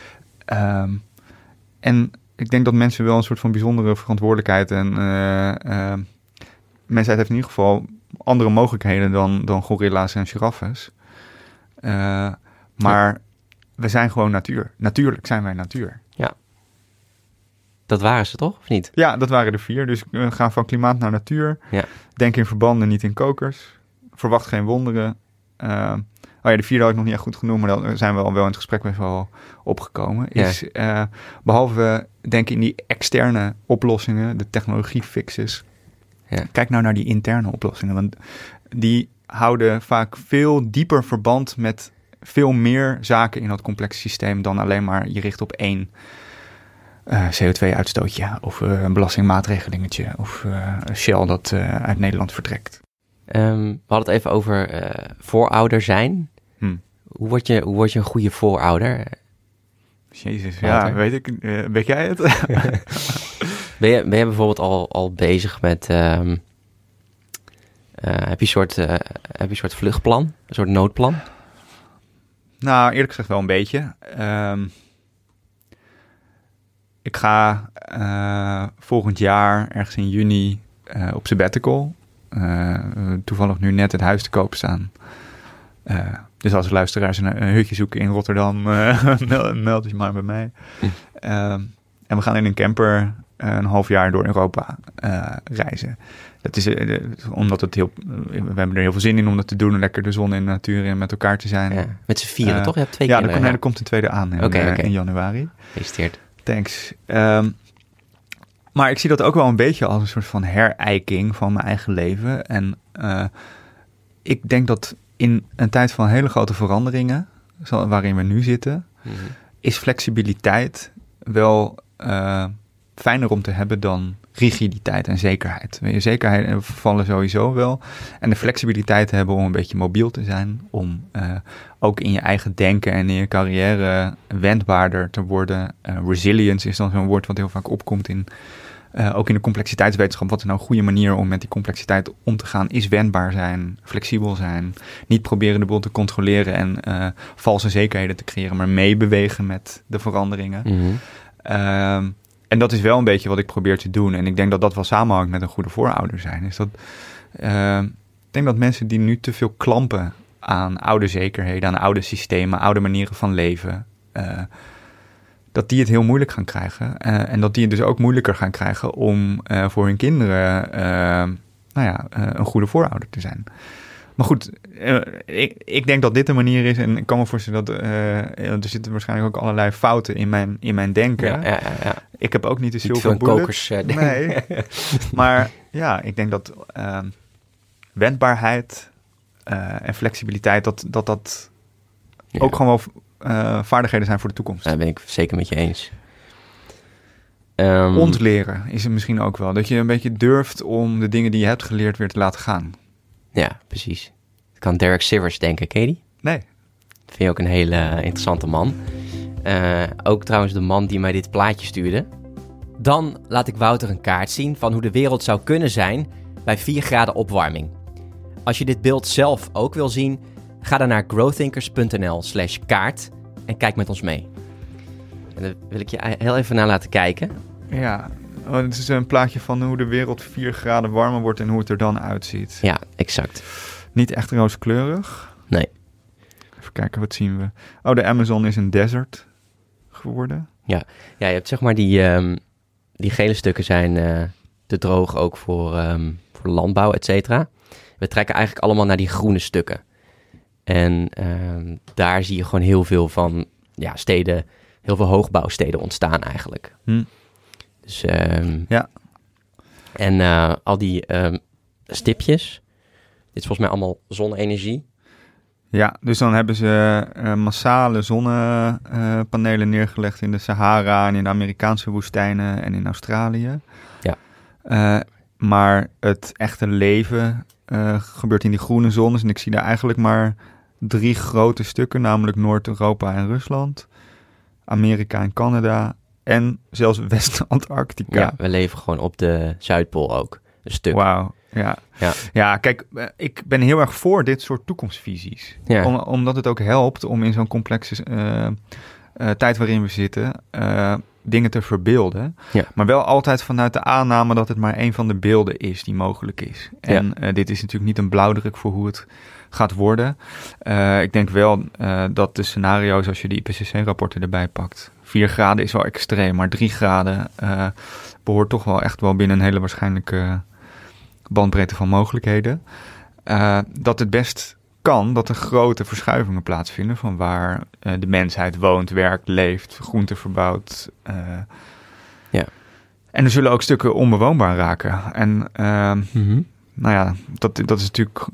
En ik denk dat mensen wel een soort van bijzondere verantwoordelijkheid en mensheid heeft in ieder geval andere mogelijkheden dan gorilla's en giraffes. Maar we zijn gewoon natuur. Natuurlijk zijn wij natuur. Ja. Dat waren ze toch, of niet? Ja, dat waren de 4. Dus we gaan van klimaat naar natuur. Ja. Denk in verbanden, niet in kokers. Verwacht geen wonderen. De 4 had ik nog niet echt goed genoemd, maar daar zijn we al wel in het gesprek best wel opgekomen. Is behalve denken in die externe oplossingen, de technologie fixes. Ja. Kijk nou naar die interne oplossingen, want die houden vaak veel dieper verband met veel meer zaken in dat complexe systeem dan alleen maar je richt op één CO2-uitstootje of een belastingmaatregelingetje of Shell dat uit Nederland vertrekt. We hadden het even over voorouder zijn. Hoe word je een goede voorouder? Jezus, ja, weet ik. Weet jij het? Ben je bijvoorbeeld al bezig met... heb je een soort vluchtplan? Een soort noodplan? Nou, eerlijk gezegd wel een beetje. Ik ga volgend jaar, ergens in juni, op sabbatical. Toevallig nu net het huis te koop staan. Dus als luisteraars een hutje zoeken in Rotterdam, meld je maar bij mij. En we gaan in een camper een half jaar door Europa reizen. Dat is omdat we hebben er heel veel zin in om dat te doen. Lekker de zon in de natuur en met elkaar te zijn. Ja, met z'n vieren, toch? Je hebt 2 kinderen. Ja, er komt een tweede aan in januari. Gefeliciteerd. Thanks. Maar ik zie dat ook wel een beetje als een soort van herijking van mijn eigen leven. En ik denk dat in een tijd van hele grote veranderingen, waarin we nu zitten, is flexibiliteit wel fijner om te hebben dan rigiditeit en zekerheid. Zekerheid vallen sowieso wel. En de flexibiliteit hebben om een beetje mobiel te zijn, om ook in je eigen denken en in je carrière wendbaarder te worden. Resilience is dan zo'n woord wat heel vaak opkomt ook in de complexiteitswetenschap. Wat is nou een goede manier om met die complexiteit om te gaan? Is wendbaar zijn, flexibel zijn, niet proberen de boel te controleren en valse zekerheden te creëren, maar meebewegen met de veranderingen. En dat is wel een beetje wat ik probeer te doen. En ik denk dat dat wel samenhangt met een goede voorouder zijn. Is dat, ik denk dat mensen die nu te veel klampen aan oude zekerheden, aan oude systemen, oude manieren van leven, dat die het heel moeilijk gaan krijgen. En dat die het dus ook moeilijker gaan krijgen om voor hun kinderen een goede voorouder te zijn. Maar goed, ik denk dat dit de manier is. En ik kan me voorstellen dat er zitten waarschijnlijk ook allerlei fouten in mijn denken. Ja. Ik heb ook niet de silver bullet. Kokers, nee. Maar ja, ik denk dat wendbaarheid en flexibiliteit, dat ook gewoon wel vaardigheden zijn voor de toekomst. Daar ben ik zeker met je eens. Ontleren is het misschien ook wel. Dat je een beetje durft om de dingen die je hebt geleerd weer te laten gaan. Ja, precies. Ik kan Derek Sivers denken, ken je die? Nee. Vind je ook een hele interessante man. Ook trouwens de man die mij dit plaatje stuurde. Dan laat ik Wouter een kaart zien van hoe de wereld zou kunnen zijn bij 4 graden opwarming. Als je dit beeld zelf ook wil zien, ga dan naar growthinkers.nl/kaart en kijk met ons mee. En daar wil ik je heel even naar laten kijken. Ja, het is een plaatje van hoe de wereld 4 graden warmer wordt en hoe het er dan uitziet. Ja, exact. Niet echt rooskleurig. Nee. Even kijken, wat zien we? Oh, de Amazon is een desert geworden. Ja, je hebt zeg maar die gele stukken zijn te droog ook voor landbouw, et cetera. We trekken eigenlijk allemaal naar die groene stukken. En daar zie je gewoon heel veel van steden, heel veel hoogbouwsteden ontstaan eigenlijk. Dus ja. En al die stipjes, dit is volgens mij allemaal zonne-energie. Ja, dus dan hebben ze massale zonnepanelen neergelegd in de Sahara en in de Amerikaanse woestijnen en in Australië. Ja. Maar het echte leven gebeurt in die groene zones. En ik zie daar eigenlijk maar 3 grote stukken, namelijk Noord-Europa en Rusland, Amerika en Canada en zelfs West-Antarctica. Ja, we leven gewoon op de Zuidpool ook, een stuk. Wauw, ja, kijk, ik ben heel erg voor dit soort toekomstvisies. Ja. Omdat het ook helpt om in zo'n complexe tijd waarin we zitten dingen te verbeelden. Ja. Maar wel altijd vanuit de aanname dat het maar een van de beelden is die mogelijk is. En dit is natuurlijk niet een blauwdruk voor hoe het gaat worden. Ik denk wel dat de scenario's, als je de IPCC-rapporten erbij pakt, 4 graden is wel extreem, maar 3 graden behoort toch wel echt wel binnen een hele waarschijnlijke bandbreedte van mogelijkheden. Dat het best kan dat er grote verschuivingen plaatsvinden van waar de mensheid woont, werkt, leeft, groenten verbouwt. Ja. En er zullen ook stukken onbewoonbaar raken. En nou ja, dat is natuurlijk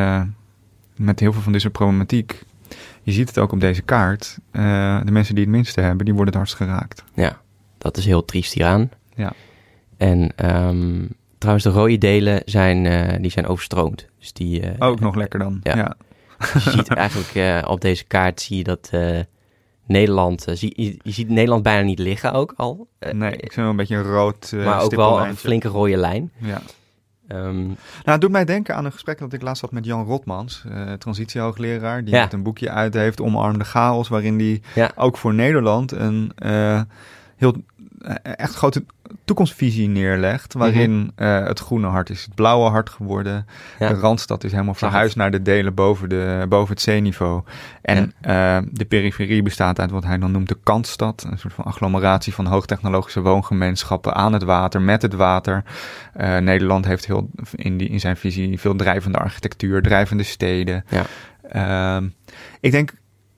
met heel veel van deze problematiek. Je ziet het ook op deze kaart. De mensen die het minste hebben, die worden het hardst geraakt. Ja, dat is heel triest hieraan. Ja. En trouwens, de rode delen zijn overstroomd. Dus die, ook nog lekker dan. Ja. Dus je ziet eigenlijk op deze kaart zie je dat Nederland... je ziet Nederland bijna niet liggen ook al. Nee, ik zie wel een beetje een rood maar ook wel een flinke rode lijn. Ja. Nou, het doet mij denken aan een gesprek dat ik laatst had met Jan Rotmans, transitiehoogleraar, die net een boekje uit heeft, Omarm de chaos, waarin hij ook voor Nederland een heel echt grote toekomstvisie neerlegt, waarin het groene hart is het blauwe hart geworden. Ja. De Randstad is helemaal verhuisd naar de delen boven het zeeniveau. En de periferie bestaat uit wat hij dan noemt de kantstad, een soort van agglomeratie van hoogtechnologische woongemeenschappen aan het water, met het water. Nederland heeft in zijn visie veel drijvende architectuur, drijvende steden. Ja. Ik denk...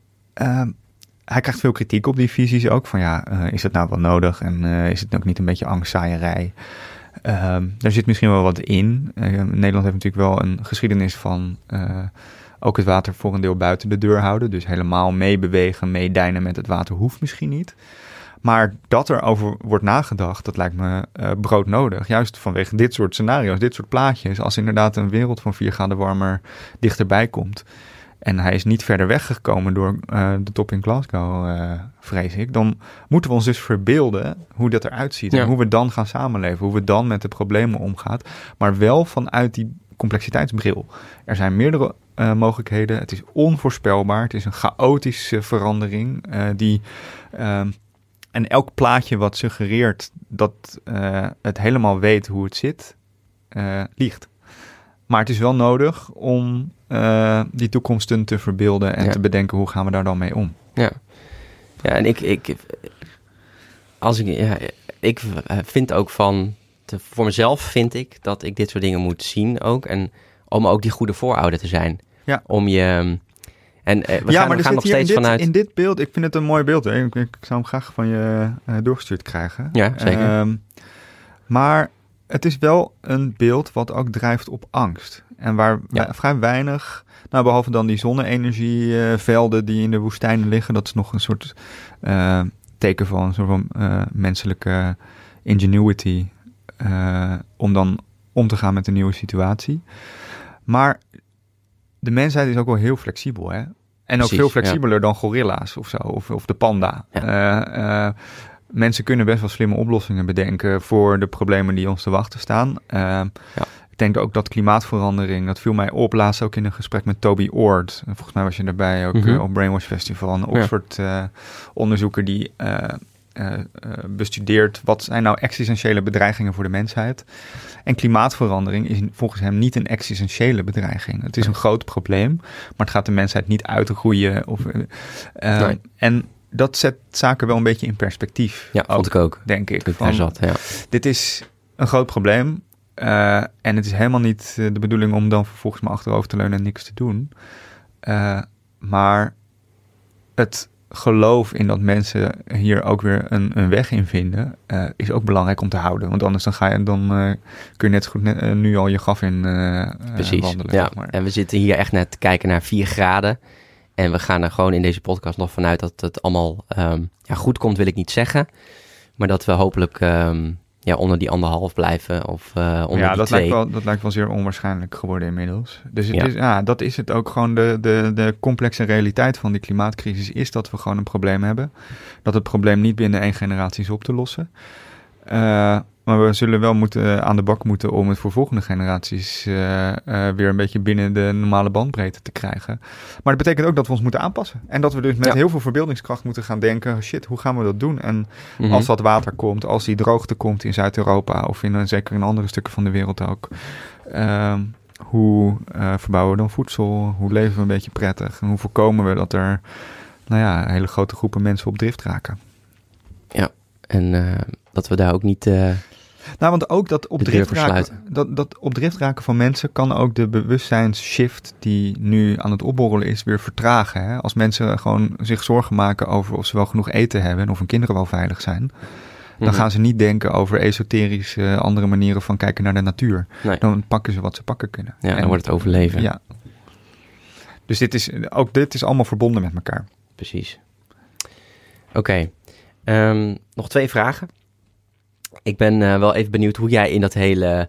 hij krijgt veel kritiek op die visies ook. Van is het nou wel nodig? En is het ook niet een beetje angstzaaierij? Daar zit misschien wel wat in. Nederland heeft natuurlijk wel een geschiedenis van ook het water voor een deel buiten de deur houden. Dus helemaal meebewegen, meedijnen met het water hoeft misschien niet. Maar dat er over wordt nagedacht, dat lijkt me broodnodig. Juist vanwege dit soort scenario's, dit soort plaatjes. Als inderdaad een wereld van 4 graden warmer dichterbij komt. En hij is niet verder weggekomen door de top in Glasgow, vrees ik. Dan moeten we ons dus verbeelden hoe dat eruit ziet. En hoe we dan gaan samenleven. Hoe we dan met de problemen omgaan. Maar wel vanuit die complexiteitsbril. Er zijn meerdere mogelijkheden. Het is onvoorspelbaar. Het is een chaotische verandering. En elk plaatje wat suggereert dat het helemaal weet hoe het zit, liegt. Maar het is wel nodig om die toekomsten te verbeelden en te bedenken hoe gaan we daar dan mee om. Ja, en ik vind ook voor mezelf vind ik dat ik dit soort dingen moet zien ook. En om ook die goede voorouder te zijn. Ja. Om je... En we gaan nog steeds vanuit... In dit beeld, ik vind het een mooi beeld. Hè? Ik zou hem graag van je doorgestuurd krijgen. Ja, zeker. Maar het is wel een beeld wat ook drijft op angst. En waar vrij weinig, behalve dan die zonne-energievelden die in de woestijnen liggen, dat is nog een soort teken van een soort van menselijke ingenuity om dan om te gaan met een nieuwe situatie. Maar de mensheid is ook wel heel flexibel, hè? En ook veel flexibeler dan gorilla's of zo, of de panda. Ja. Mensen kunnen best wel slimme oplossingen bedenken voor de problemen die ons te wachten staan. Ik denk ook dat klimaatverandering, dat viel mij op laatst ook in een gesprek met Toby Ord. Volgens mij was je daarbij ook op Brainwash Festival, een Oxford onderzoeker die bestudeert wat zijn nou existentiële bedreigingen voor de mensheid. En klimaatverandering is volgens hem niet een existentiële bedreiging. Het is een groot probleem, maar het gaat de mensheid niet uitroeien. En dat zet zaken wel een beetje in perspectief. Ja, vond ik ook. Denk ik. Dit is een groot probleem. En het is helemaal niet de bedoeling om dan vervolgens maar achterover te leunen en niks te doen. Maar het geloof in dat mensen hier ook weer een weg in vinden, is ook belangrijk om te houden. Want anders dan kun je net zo goed nu al je graf in wandelen. Ja. Maar. En we zitten hier echt net te kijken naar 4 graden. En we gaan er gewoon in deze podcast nog vanuit dat het allemaal goed komt, wil ik niet zeggen. Maar dat we hopelijk onder die 1,5 blijven of onder die 2. Dat lijkt wel zeer onwaarschijnlijk geworden inmiddels. Dus dat is het ook gewoon. De complexe realiteit van die klimaatcrisis is dat we gewoon een probleem hebben. Dat het probleem niet binnen 1 generatie is op te lossen. Maar we zullen wel aan de bak moeten om het voor volgende generaties weer een beetje binnen de normale bandbreedte te krijgen. Maar dat betekent ook dat we ons moeten aanpassen. En dat we dus met heel veel verbeeldingskracht moeten gaan denken, shit, hoe gaan we dat doen? En als dat water komt, als die droogte komt in Zuid-Europa of zeker in andere stukken van de wereld ook. Hoe verbouwen we dan voedsel? Hoe leven we een beetje prettig? En hoe voorkomen we dat er hele grote groepen mensen op drift raken? Ja, en dat we daar ook niet... want ook dat op drift raken van mensen kan ook de bewustzijnsshift die nu aan het opborrelen is weer vertragen. Hè? Als mensen gewoon zich zorgen maken over of ze wel genoeg eten hebben en of hun kinderen wel veilig zijn, dan gaan ze niet denken over esoterische andere manieren van kijken naar de natuur. Nee. Dan pakken ze wat ze pakken kunnen. Ja, en dan wordt het overleven. Ja. Dus dit is allemaal verbonden met elkaar. Precies. Oké. Nog 2 vragen. Ik ben wel even benieuwd hoe jij in dat hele...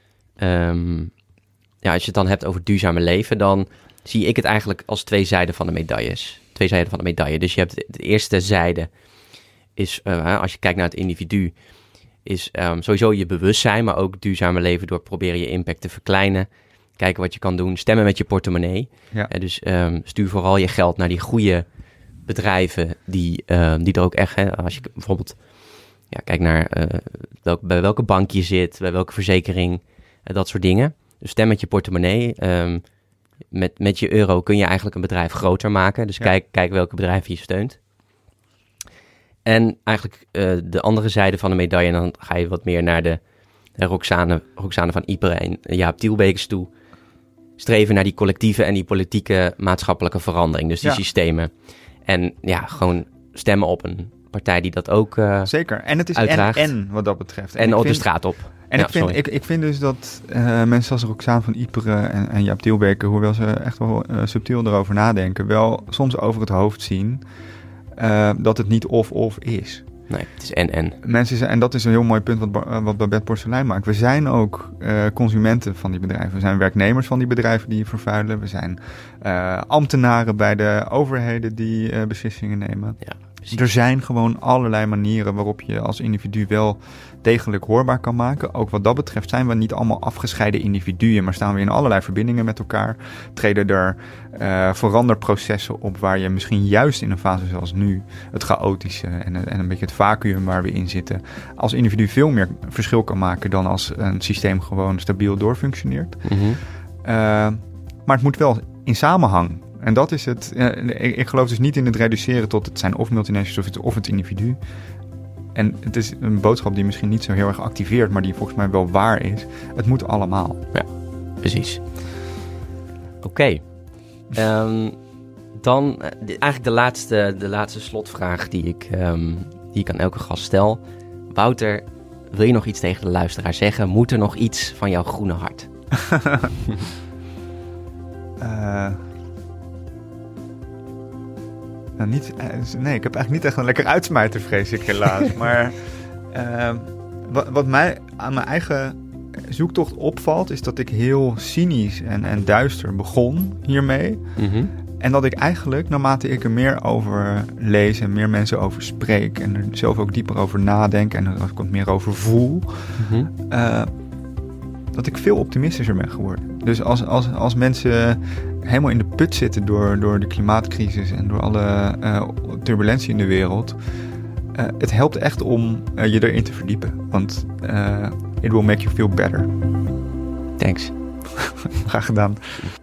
als je het dan hebt over duurzame leven, dan zie ik het eigenlijk als 2 zijden van de medailles. 2 zijden van de medaille. Dus je hebt de eerste zijde is, als je kijkt naar het individu, is sowieso je bewustzijn, maar ook duurzame leven door proberen je impact te verkleinen. Kijken wat je kan doen. Stemmen met je portemonnee. Ja. Dus stuur vooral je geld naar die goede bedrijven die er ook echt... als je bijvoorbeeld kijk naar bij welke bank je zit, bij welke verzekering, dat soort dingen. Dus stem met je portemonnee. Met je euro kun je eigenlijk een bedrijf groter maken. Dus kijk welke bedrijven je steunt. En eigenlijk de andere zijde van de medaille, en dan ga je wat meer naar de Roxane van Ypres en Jaap Tielbekers toe. Streven naar die collectieve en die politieke maatschappelijke verandering. Dus die systemen. En gewoon stemmen op een partij die dat ook zeker. En het is uitdraagt. En wat dat betreft. En op de straat op. En ik vind dus dat mensen als Roxane van Ypres en Jaap Tielbeker, hoewel ze echt wel subtiel erover nadenken, wel soms over het hoofd zien dat het niet of is. Nee, het is en. Mensen en dat is een heel mooi punt wat Babette Porcelein maakt. We zijn ook consumenten van die bedrijven. We zijn werknemers van die bedrijven die vervuilen. We zijn ambtenaren bij de overheden die beslissingen nemen. Ja. Er zijn gewoon allerlei manieren waarop je als individu wel degelijk hoorbaar kan maken. Ook wat dat betreft zijn we niet allemaal afgescheiden individuen, maar staan we in allerlei verbindingen met elkaar. Treden er veranderprocessen op waar je misschien juist in een fase zoals nu het chaotische en een beetje het vacuüm waar we in zitten, als individu veel meer verschil kan maken dan als een systeem gewoon stabiel doorfunctioneert. Mm-hmm. Maar het moet wel in samenhang. En dat is het. Ik geloof dus niet in het reduceren tot het zijn of multinationals of het individu. En het is een boodschap die misschien niet zo heel erg activeert, maar die volgens mij wel waar is. Het moet allemaal. Ja, precies. Oké. Dan eigenlijk de laatste slotvraag die ik aan elke gast stel. Wouter, wil je nog iets tegen de luisteraar zeggen? Moet er nog iets van jouw groene hart? Nee, ik heb eigenlijk niet echt een lekker uitsmijter, vrees ik helaas. Maar wat mij aan mijn eigen zoektocht opvalt, is dat ik heel cynisch en duister begon hiermee. Mm-hmm. En dat ik eigenlijk, naarmate ik er meer over lees en meer mensen over spreek en er zelf ook dieper over nadenk en er ook meer over voel, dat ik veel optimistischer ben geworden. Dus als mensen helemaal in de put zitten door de klimaatcrisis en door alle turbulentie in de wereld, het helpt echt om je erin te verdiepen. Want it will make you feel better. Thanks. Graag gedaan.